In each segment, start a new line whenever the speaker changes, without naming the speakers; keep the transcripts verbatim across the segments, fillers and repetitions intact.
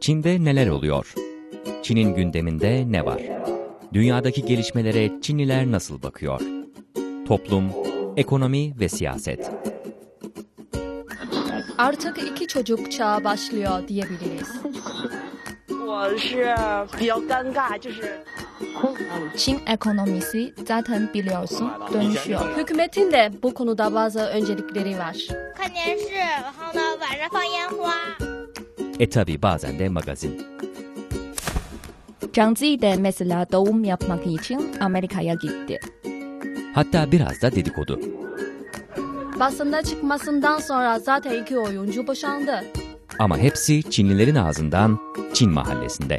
Çin'de neler oluyor? Çin'in gündeminde ne var? Dünyadaki gelişmelere Çinliler nasıl bakıyor? Toplum, ekonomi ve siyaset.
Artık iki çocuk çağı başlıyor diyebiliriz. Çin ekonomisi zaten biliyorsun dönüşüyor. Hükümetin de bu konuda bazı öncelikleri var.
E tabi bazen de magazin.
Zhang Zi de mesela doğum yapmak için Amerika'ya gitti.
Hatta biraz da dedikodu.
Basında çıkmasından sonra zaten iki oyuncu boşandı.
Ama hepsi Çinlilerin ağzından Çin mahallesinde.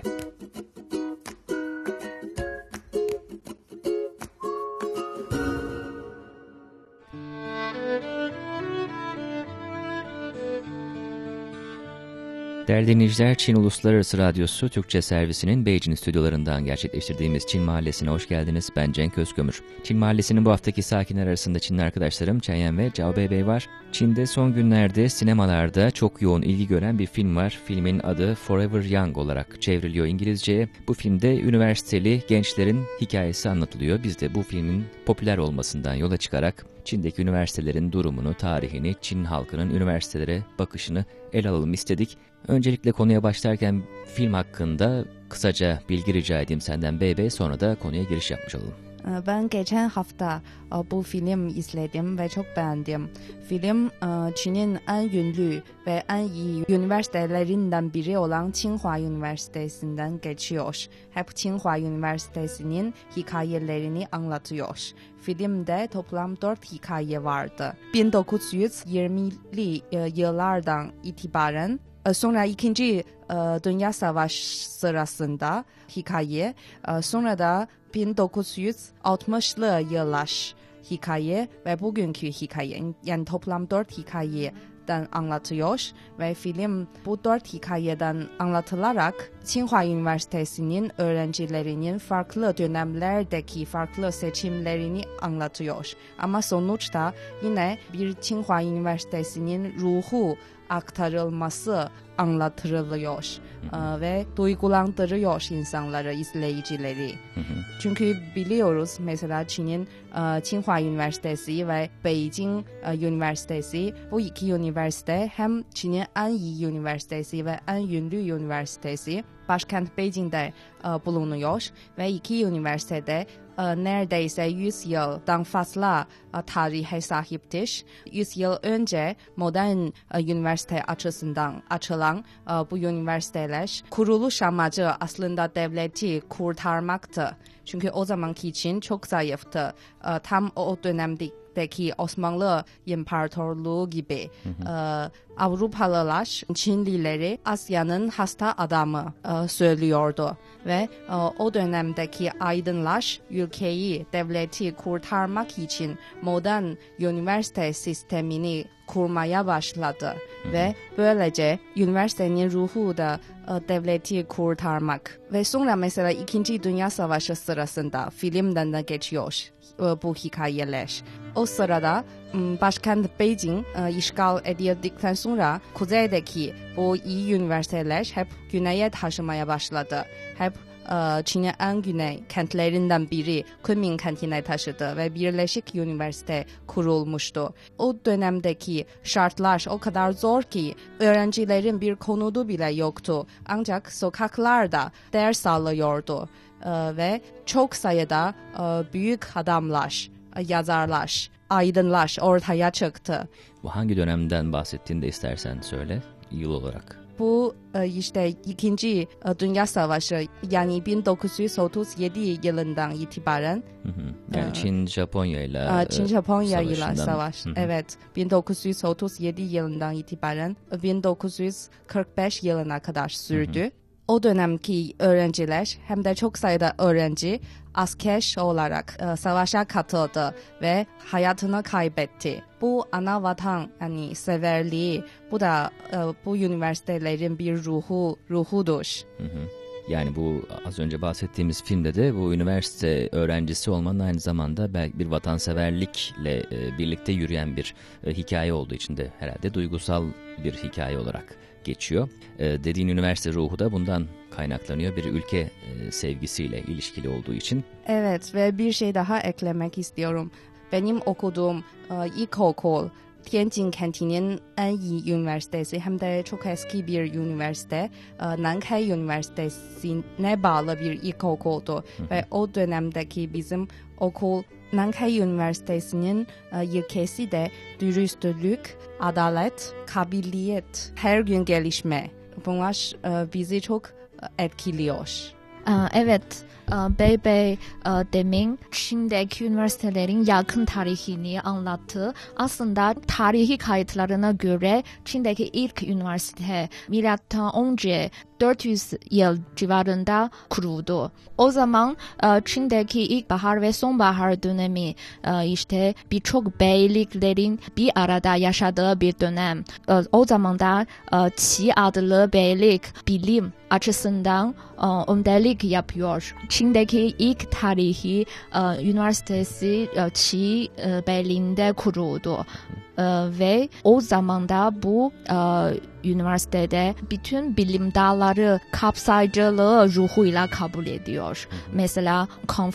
Değerli dinleyiciler, Çin Uluslararası Radyosu Türkçe servisinin Beijing stüdyolarından gerçekleştirdiğimiz Çin Mahallesi'ne hoş geldiniz. Ben Cenk Özkömür. Çin Mahallesi'nin bu haftaki sakinler arasında Çinli arkadaşlarım Çayan ve Cao Beibei var. Çin'de son günlerde sinemalarda çok yoğun ilgi gören bir film var. Filmin adı Forever Young olarak çevriliyor İngilizceye. Bu filmde üniversiteli gençlerin hikayesi anlatılıyor. Biz de bu filmin popüler olmasından yola çıkarak Çin'deki üniversitelerin durumunu, tarihini, Çin halkının üniversitelere bakışını ele alalım istedik. Öncelikle konuya başlarken film hakkında kısaca bilgi rica edeyim senden Beibei, sonra da konuya giriş yapmış olalım.
Ben geçen hafta bu film izledim ve çok beğendim. Film Çin'in en ünlü ve en iyi üniversitelerinden biri olan Tsinghua Üniversitesi'nden geçiyor. Hep Tsinghua Üniversitesi'nin hikayelerini anlatıyor. Filmde toplam dört hikaye vardı. bin dokuz yüz yirmili yıllardan itibaren sonra ikinci Dünya Savaşı sırasında hikaye, sonra da bin dokuz yüz altmışlı yıllar hikaye ve bugünkü hikaye, yani toplam dört hikayeden anlatıyor ve film bu dört hikayeden anlatılarak Tsinghua Üniversitesi'nin öğrencilerinin farklı dönemlerdeki farklı seçimlerini anlatıyor. Ama sonuçta yine bir Tsinghua Üniversitesi'nin ruhu aktarılması anlatılıyor ee, ve duygulandırıyor insanları, izleyicileri.
Hı hı.
Çünkü biliyoruz mesela Çin'in e, Tsinghua Üniversitesi ve Beijing e, Üniversitesi, bu iki üniversite hem Çin'in en iyi üniversitesi ve en ünlü üniversitesi. Başkent Beijing'de e, bulunuyor ve iki üniversitede e, neredeyse yüz yıldan fazla e, tarihe sahiptir. yüz yıl önce modern e, üniversite açısından açılan e, bu üniversiteler kuruluş amacı aslında devleti kurtarmaktı. Çünkü o zamanki Çin çok zayıftı. E, tam o dönemdeki Osmanlı İmparatorluğu gibi. Hı hı. E, Avrupalılar Çinlileri Asya'nın hasta adamı e, söylüyordu ve e, o dönemdeki aydınlar ülkeyi, devleti kurtarmak için modern üniversite sistemini kurmaya başladı. Hı-hı. Ve böylece üniversitenin ruhu da e, devleti kurtarmak. Ve sonra mesela İkinci Dünya Savaşı sırasında filmden de geçiyor e, bu hikayeler. O sırada başkent Beijing e, işgal edildikten sonra kuzeydeki bu iyi üniversiteler hep güneye taşımaya başladı. Hep e, Çin'in en güney kentlerinden biri Kunming kentine taşıdı ve Birleşik Üniversite kurulmuştu. O dönemdeki şartlar o kadar zor ki öğrencilerin bir konudu bile yoktu. Ancak sokaklarda ders alıyordu e, ve çok sayıda e, büyük adamlar, yazarlar, aydınlar ortaya çıktı.
Bu hangi dönemden bahsettiğini de istersen söyle, yıl olarak.
Bu işte İkinci Dünya Savaşı, yani bin dokuz yüz otuz yedi yılından itibaren.
Hı hı. Yani Çin Japonya ile
Çin Japonya ile savaş. Hı hı. Evet, bin dokuz yüz otuz yedi yılından itibaren bin dokuz yüz kırk beş yılına kadar sürdü. Hı hı. O dönemki öğrenciler hem de çok sayıda öğrenci asker olarak e, savaşa katıldı ve hayatını kaybetti. Bu ana vatan yani severliği, bu da e, bu üniversitelerin bir ruhu ruhudur.
Hı hı. Yani bu az önce bahsettiğimiz filmde de bu üniversite öğrencisi olmanın aynı zamanda belki bir vatanseverlikle e, birlikte yürüyen bir e, hikaye olduğu için de herhalde duygusal bir hikaye olarak geçiyor. E, dediğin üniversite ruhu da bundan kaynaklanıyor. Bir ülke e, sevgisiyle ilişkili olduğu için.
Evet ve bir şey daha eklemek istiyorum. Benim okuduğum e, ilkokul Tianjin kentinin en iyi üniversitesi hem de çok eski bir üniversite. Nankai Üniversitesi'ne bağlı bir ilkokuldu. Hı. Ve o dönemdeki bizim okul Nankai Üniversitesi'nin ilkesi de dürüstlük, adalet, kabiliyet, her gün gelişme. Bunlar bizi çok etkiliyor.
Evet, Bey Bey demin Çin'deki üniversitelerin yakın tarihini anlattı. Aslında tarihi kayıtlarına göre Çin'deki ilk üniversite milattan önce dört yüz yıl civarında kuruldu. O zaman Çin'deki ilkbahar ve sonbahar dönemi işte birçok beyliklerin bir arada yaşadığı bir dönem. O zaman da Qi adlı beylik bilim açısından önderlik yapıyor. Çin'deki ilk tarihi üniversitesi Qi beyliğinde kuruldu. Ve o zaman da bu üniversitede bütün bilim dalları kapsayıcılığı ruhuyla kabul ediyor. Mesela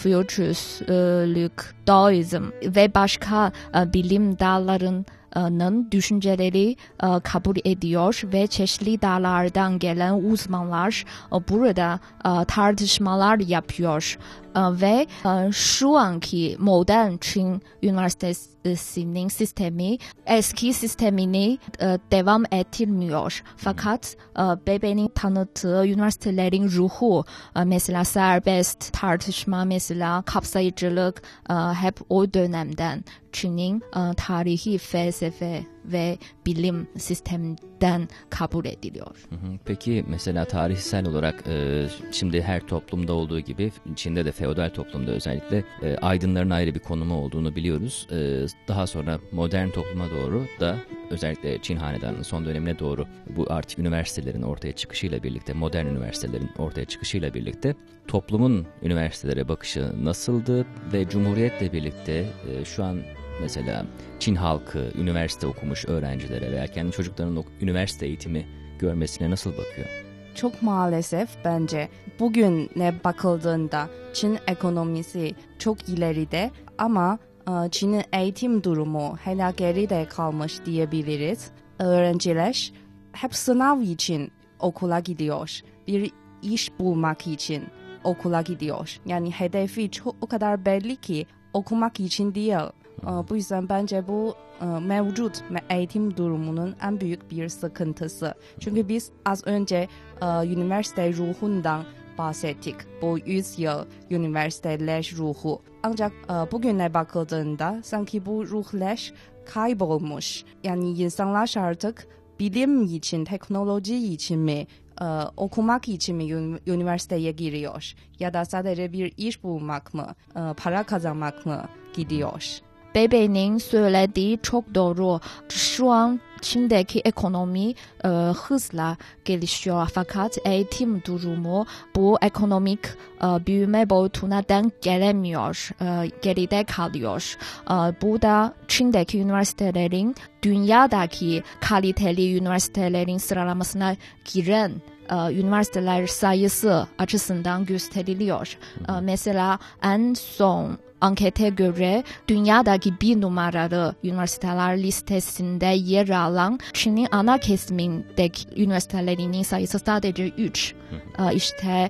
Confucius'lük, Daoizm ve başka bilim dallarının düşünceleri kabul ediyor ve çeşitli dallardan gelen uzmanlar burada tartışmalar yapıyor. Ve şu anki modern Çin Üniversitesi'nin sistemi eski sistemini devam ettirmiyor. Fakat Bey Bey'in tanıttığı üniversitelerin ruhu, mesela serbest tartışma, mesela kapsayıcılık hep o dönemden Çin'in tarihi, felsefe ve bilim sisteminden kabul ediliyor.
Peki mesela tarihsel olarak şimdi her toplumda olduğu gibi Çin'de de feodal toplumda özellikle aydınların ayrı bir konumu olduğunu biliyoruz. Daha sonra modern topluma doğru da özellikle Çin hanedanının son dönemine doğru bu artık üniversitelerin ortaya çıkışıyla birlikte, modern üniversitelerin ortaya çıkışıyla birlikte toplumun üniversitelere bakışı nasıldı ve Cumhuriyet'le birlikte şu an mesela Çin halkı üniversite okumuş öğrencilere veya kendi çocuklarının üniversite eğitimi görmesine nasıl bakıyor?
Çok maalesef bence bugüne bakıldığında Çin ekonomisi çok ileride ama Çin'in eğitim durumu hala geride kalmış diyebiliriz. Öğrenciler hep sınav için okula gidiyor. Bir iş bulmak için okula gidiyor. Yani hedefi çok o kadar belli ki okumak için değil. Bu yüzden bence bu mevcut eğitim durumunun en büyük bir sıkıntısı. Çünkü biz az önce üniversite ruhundan bahsettik. Bu yüz yıl üniversiteler ruhu. Ancak bugüne bakıldığında sanki bu ruhlar kaybolmuş. Yani insanlar artık bilim için, teknoloji için mi, okumak için mi üniversiteye giriyor? Ya da sadece bir iş bulmak mı, para kazanmak mı gidiyor?
Bey Bey'in söylediği çok doğru. Şu an Çin'deki ekonomi e, hızla gelişiyor fakat eğitim durumu bu ekonomik e, büyüme boyutuna denk gelemiyor, e, geride kalıyor. E, bu da Çin'deki üniversitelerin dünyadaki kaliteli üniversitelerin sıralamasına giren üniversiteler sayısı açısından gösteriliyor. E, mesela en son ankete göre dünyadaki bir numaralı üniversiteler listesinde yer alan Çin'in ana kesimindeki üniversitelerinin sayısı sadece üç. İşte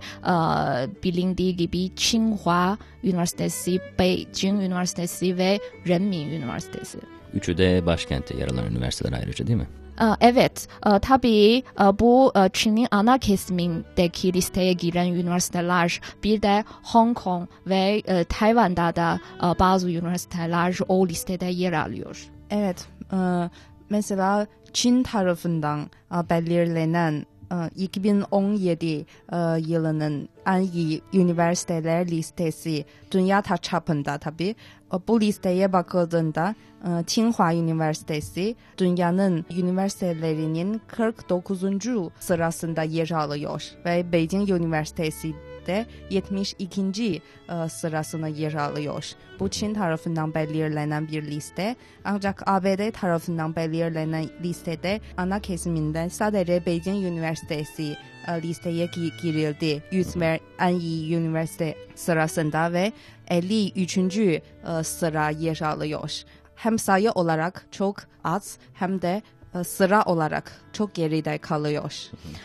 bilindiği gibi Tsinghua Üniversitesi, Beijing Üniversitesi ve Renmin Üniversitesi.
Üçü de başkentte yer alan üniversiteler ayrıca değil mi?
Evet, tabii bu Çin'in ana kesimindeki listeye giren üniversiteler, bir de Hong Kong ve Tayvan'da da bazı üniversiteler o listede yer alıyor.
Evet, mesela Çin tarafından belirlenen iki bin on yedi yılının en iyi üniversiteler listesi dünya çapında tabii. Bu listeye bakıldığında Tsinghua Üniversitesi dünyanın üniversitelerinin kırk dokuzuncu sırasında yer alıyor ve Beijing Üniversitesi de yetmiş ikinci sırasına yer alıyor. Bu Çin tarafından belirlenen bir liste. Ancak A B D tarafından belirlenen listede ana kesiminden sadece Beijing Üniversitesi listeye girildi. yüz en iyi üniversite sırasında ve elli üçüncü sıra yer alıyor. Hem sayı olarak çok az hem de sıra olarak çok geride kalıyor.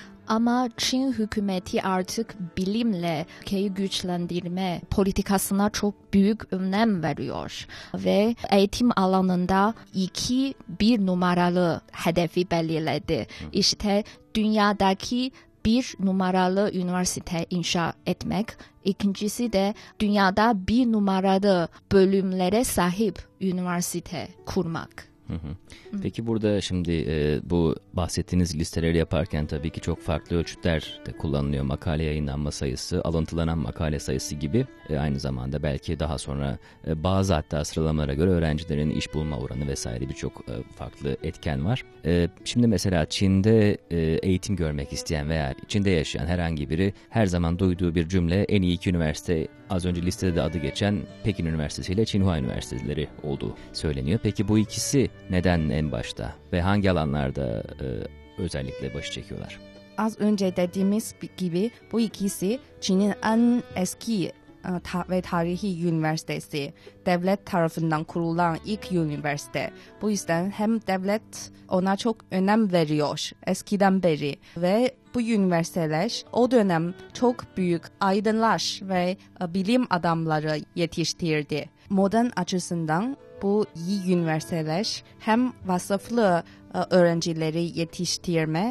Ama Çin hükümeti artık bilimle ülkeyi güçlendirme politikasına çok büyük önem veriyor ve eğitim alanında iki bir numaralı hedefi belirledi. İşte dünyadaki bir numaralı üniversite inşa etmek, ikincisi de dünyada bir numaralı bölümlere sahip üniversite kurmak.
Hı hı. Peki burada şimdi e, bu bahsettiğiniz listeleri yaparken tabii ki çok farklı ölçütler de kullanılıyor. Makale yayınlanma sayısı, alıntılanan makale sayısı gibi. E, aynı zamanda belki daha sonra e, bazı hatta sıralamalara göre öğrencilerin iş bulma oranı vesaire birçok e, farklı etken var. E, şimdi mesela Çin'de e, eğitim görmek isteyen veya Çin'de yaşayan herhangi biri her zaman duyduğu bir cümle en iyi iki üniversite, az önce listede de adı geçen Pekin Üniversitesi ile Tsinghua Üniversiteleri olduğu söyleniyor. Peki bu ikisi neden en başta ve hangi alanlarda e, özellikle başı çekiyorlar?
Az önce dediğimiz gibi bu ikisi Çin'in en eski ta- ve tarihi üniversitesi, devlet tarafından kurulan ilk üniversite. Bu yüzden hem devlet ona çok önem veriyor eskiden beri ve bu üniversiteler o dönem çok büyük aydınlar ve bilim adamları yetiştirdi. Modern açısından bu iyi üniversiteler hem vasıflı öğrencileri yetiştirme,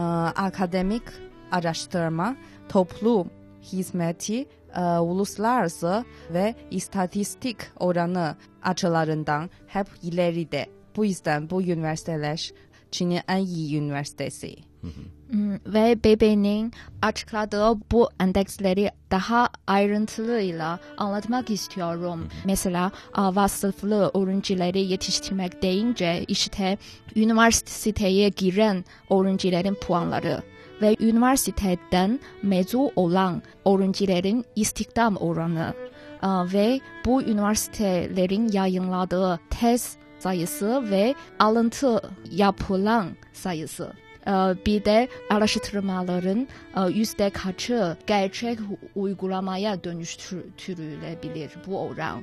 akademik araştırma, toplum hizmeti, uluslararası ve istatistik oranı açılarından hep ileride. Bu yüzden bu üniversiteler Çin'in en iyi üniversitesi.
Hı hı.
Ve B B'nin açıkladığı bu endeksleri daha ayrıntılıyla anlatmak istiyorum. Mesela vasıflı öğrencileri yetiştirmek deyince işte üniversiteye giren öğrencilerin puanları ve üniversiteden mezun olan öğrencilerin istihdam oranı ve bu üniversitelerin yayınladığı tez sayısı ve alıntı yapılan sayısı. Bir de araştırmaların yüzde kaçı gerçek uygulamaya dönüştürülebilir bu oran.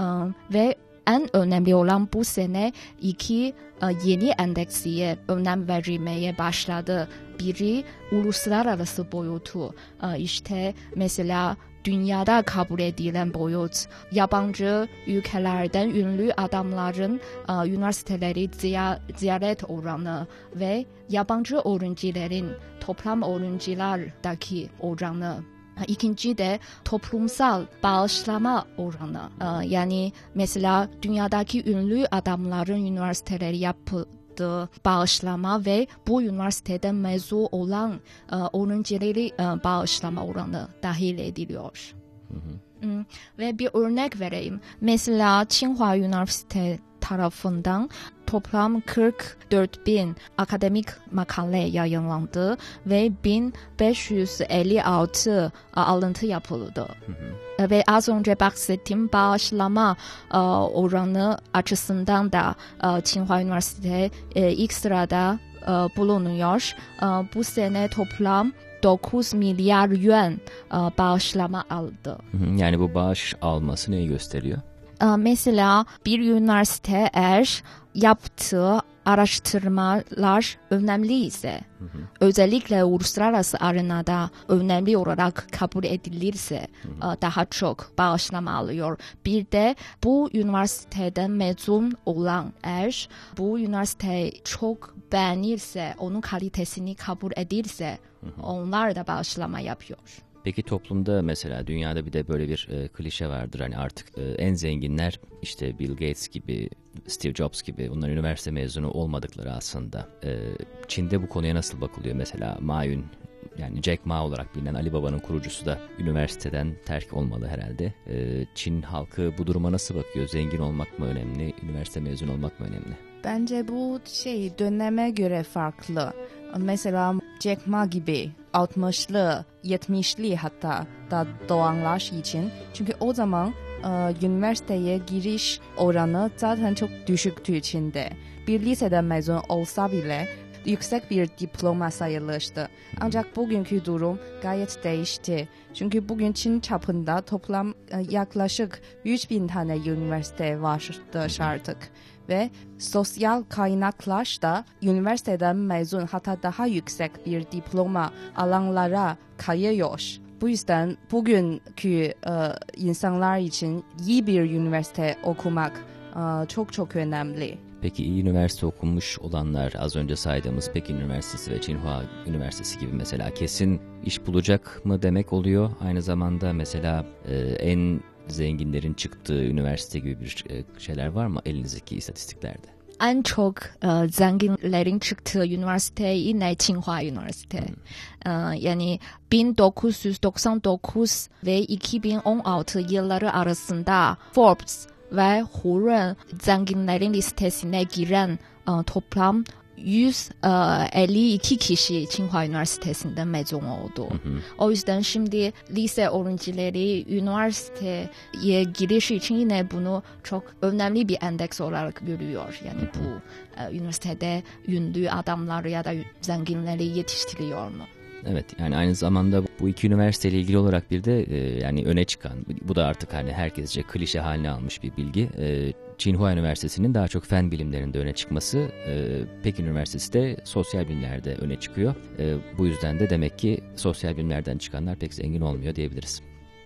Ve en önemli olan bu sene iki yeni endeksiye önem vermeye başladı. Biri uluslararası boyutu. İşte mesela dünyada kabul edilen boyut, yabancı ülkelerden ünlü adamların uh, üniversiteleri ziyaret oranı ve yabancı öğrencilerin toplam öğrencilerdeki oranı. İkinci de toplumsal bağışlama oranı. Uh, yani mesela dünyadaki ünlü adamların üniversiteleri yapı bağışlama ve bu üniversiteden mezun olan uh, öğrencileri uh, bağışlama oranı dahil ediliyor. Hı hı. Hmm, ve bir örnek vereyim. Mesela Tsinghua Üniversitesi tarafından toplam kırk dört bin akademik makale yayınlandı ve bin beş yüz elli altı alıntı yapıldı. Hı hı. Ve az önce bahsettiğim bağışlama uh, oranı açısından da uh, Tsinghua Üniversitesi uh, ilk sırada uh, bulunuyor. Uh, bu sene toplam dokuz milyar yuan uh, bağışlama aldı.
Hı hı. Yani bu bağış alması neyi gösteriyor?
Uh, mesela bir üniversite eğer yaptığı araştırmalar önemli ise, hı hı. özellikle uluslararası arenada önemli olarak kabul edilirse hı hı. daha çok bağışlama alıyor. Bir de bu üniversiteden mezun olan eğer bu üniversiteyi çok beğenirse, onun kalitesini kabul edirse hı hı. onlar da bağışlama yapıyor.
Peki toplumda mesela dünyada bir de böyle bir e, klişe vardır. Hani artık e, en zenginler işte Bill Gates gibi, Steve Jobs gibi onlar üniversite mezunu olmadıkları aslında. E, Çin'de bu konuya nasıl bakılıyor? Mesela Ma Yun, yani Jack Ma olarak bilinen Alibaba'nın kurucusu da üniversiteden terk olmalı herhalde. E, Çin halkı bu duruma nasıl bakıyor? Zengin olmak mı önemli, üniversite mezunu olmak mı önemli?
Bence bu şey döneme göre farklı. Mesela Jack Ma gibi altmışlı, yetmişli hatta da doğanlar için. Çünkü o zaman e, üniversiteye giriş oranı zaten çok düşüktü Çin'de. Bir liseden mezun olsa bile yüksek bir diploma sayılırdı. Ancak bugünkü durum gayet değişti. Çünkü bugün Çin çapında toplam e, yaklaşık yüz bin tane üniversite vardı artık. Ve sosyal kaynaklar da üniversiteden mezun hatta daha yüksek bir diploma alanlara kayıyor. Bu yüzden bugünkü e, insanlar için iyi bir üniversite okumak e, çok çok önemli.
Peki iyi üniversite okumuş olanlar, az önce saydığımız Pekin Üniversitesi ve Tsinghua Üniversitesi gibi mesela kesin iş bulacak mı demek oluyor? Aynı zamanda mesela e, en zenginlerin çıktığı üniversite gibi bir şeyler var mı elinizdeki istatistiklerde?
En çok e, zenginlerin çıktığı üniversite yine Tsinghua Üniversite. Hmm. E, yani bin dokuz yüz doksan dokuz ve iki bin on altı yılları arasında Forbes ve Hurun zenginlerin listesine giren e, toplam yüz elli iki kişi Tsinghua Üniversitesi'nde mezun oldu. Hı hı. O yüzden şimdi lise öğrencileri üniversiteye giriş için yine bunu çok önemli bir endeks olarak görüyor. Yani hı hı. bu e, üniversitede ünlü adamları ya da zenginleri yetiştiriyor mu?
Evet, yani aynı zamanda bu iki üniversiteyle ilgili olarak bir de e, yani öne çıkan, bu da artık hani herkesce klişe haline almış bir bilgi. E, Tsinghua Üniversitesi'nin daha çok fen bilimlerinde öne çıkması, e, Pekin Üniversitesi de sosyal bilimlerde öne çıkıyor. E, bu yüzden de demek ki sosyal bilimlerden çıkanlar pek zengin olmuyor diyebiliriz.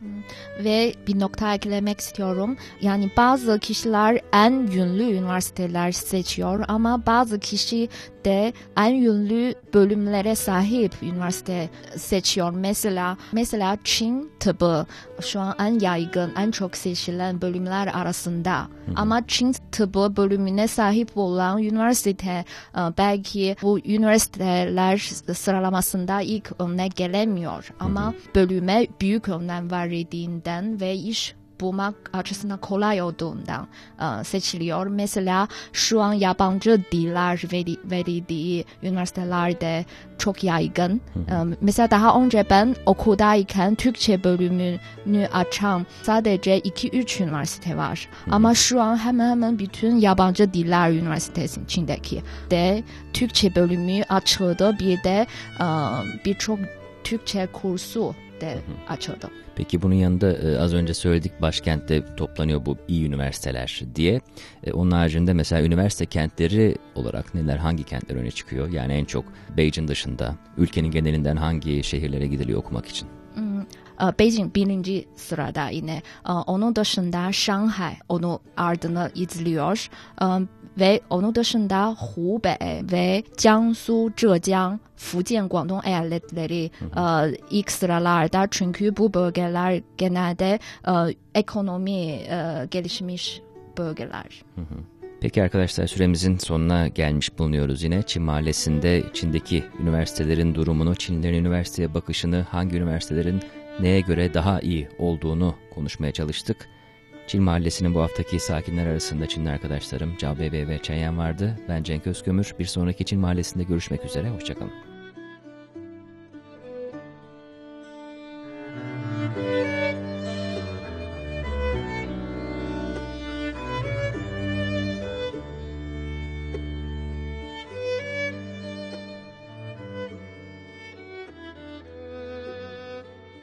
Ve bir nokta eklemek istiyorum. Yani bazı kişiler en ünlü üniversiteler seçiyor ama bazı kişi de en ünlü bölümlere sahip üniversite seçiyor. Mesela mesela Çin tıbbı şu an en yaygın, en çok seçilen bölümler arasında. Hı hı. Ama Çin tıbbı bölümüne sahip olan üniversite belki bu üniversiteler sıralamasında ilk öne gelemiyor. Ama hı hı. bölüme büyük önem verildiğinden ve iş bulmak açısından kolay olduğundan uh, seçiliyor. Mesela şu an yabancı diller verildiği üniversitelerde çok yaygın. Um, mesela daha önce ben okuldayken Türkçe bölümünü açan sadece iki üç üniversite var. Hı. Ama şu an hemen hemen bütün yabancı diller üniversitesi içindeki de Türkçe bölümü açıldı. Bir de uh, birçok Türkçe kursu de açıldı.
Peki bunun yanında e, az önce söyledik, başkentte toplanıyor bu iyi üniversiteler diye. E, onun haricinde mesela üniversite kentleri olarak neler, hangi kentler öne çıkıyor? Yani en çok Beijing dışında ülkenin genelinden hangi şehirlere gidiliyor okumak için?
Hmm. Beijing birinci sırada yine. Onun dışında Şanghay onun ardını izliyor. Ve onun dışında Hubei ve Jiangsu, Zhejiang, Fujian, Guangdong eyaletleri hı. ilk sıralarda. Çünkü bu bölgeler genelde ekonomi gelişmiş bölgeler.
Hı hı. Peki arkadaşlar, süremizin sonuna gelmiş bulunuyoruz yine. Çin Mahallesi'nde Çin'deki üniversitelerin durumunu, Çinlilerin üniversiteye bakışını, hangi üniversitelerin neye göre daha iyi olduğunu konuşmaya çalıştık. Çin Mahallesi'nin bu haftaki sakinler arasında Çinli arkadaşlarım Cao Bebe ve Chen Yan vardı. Ben Cenk Özkömür. Bir sonraki Çin Mahallesi'nde görüşmek üzere. Hoşçakalın.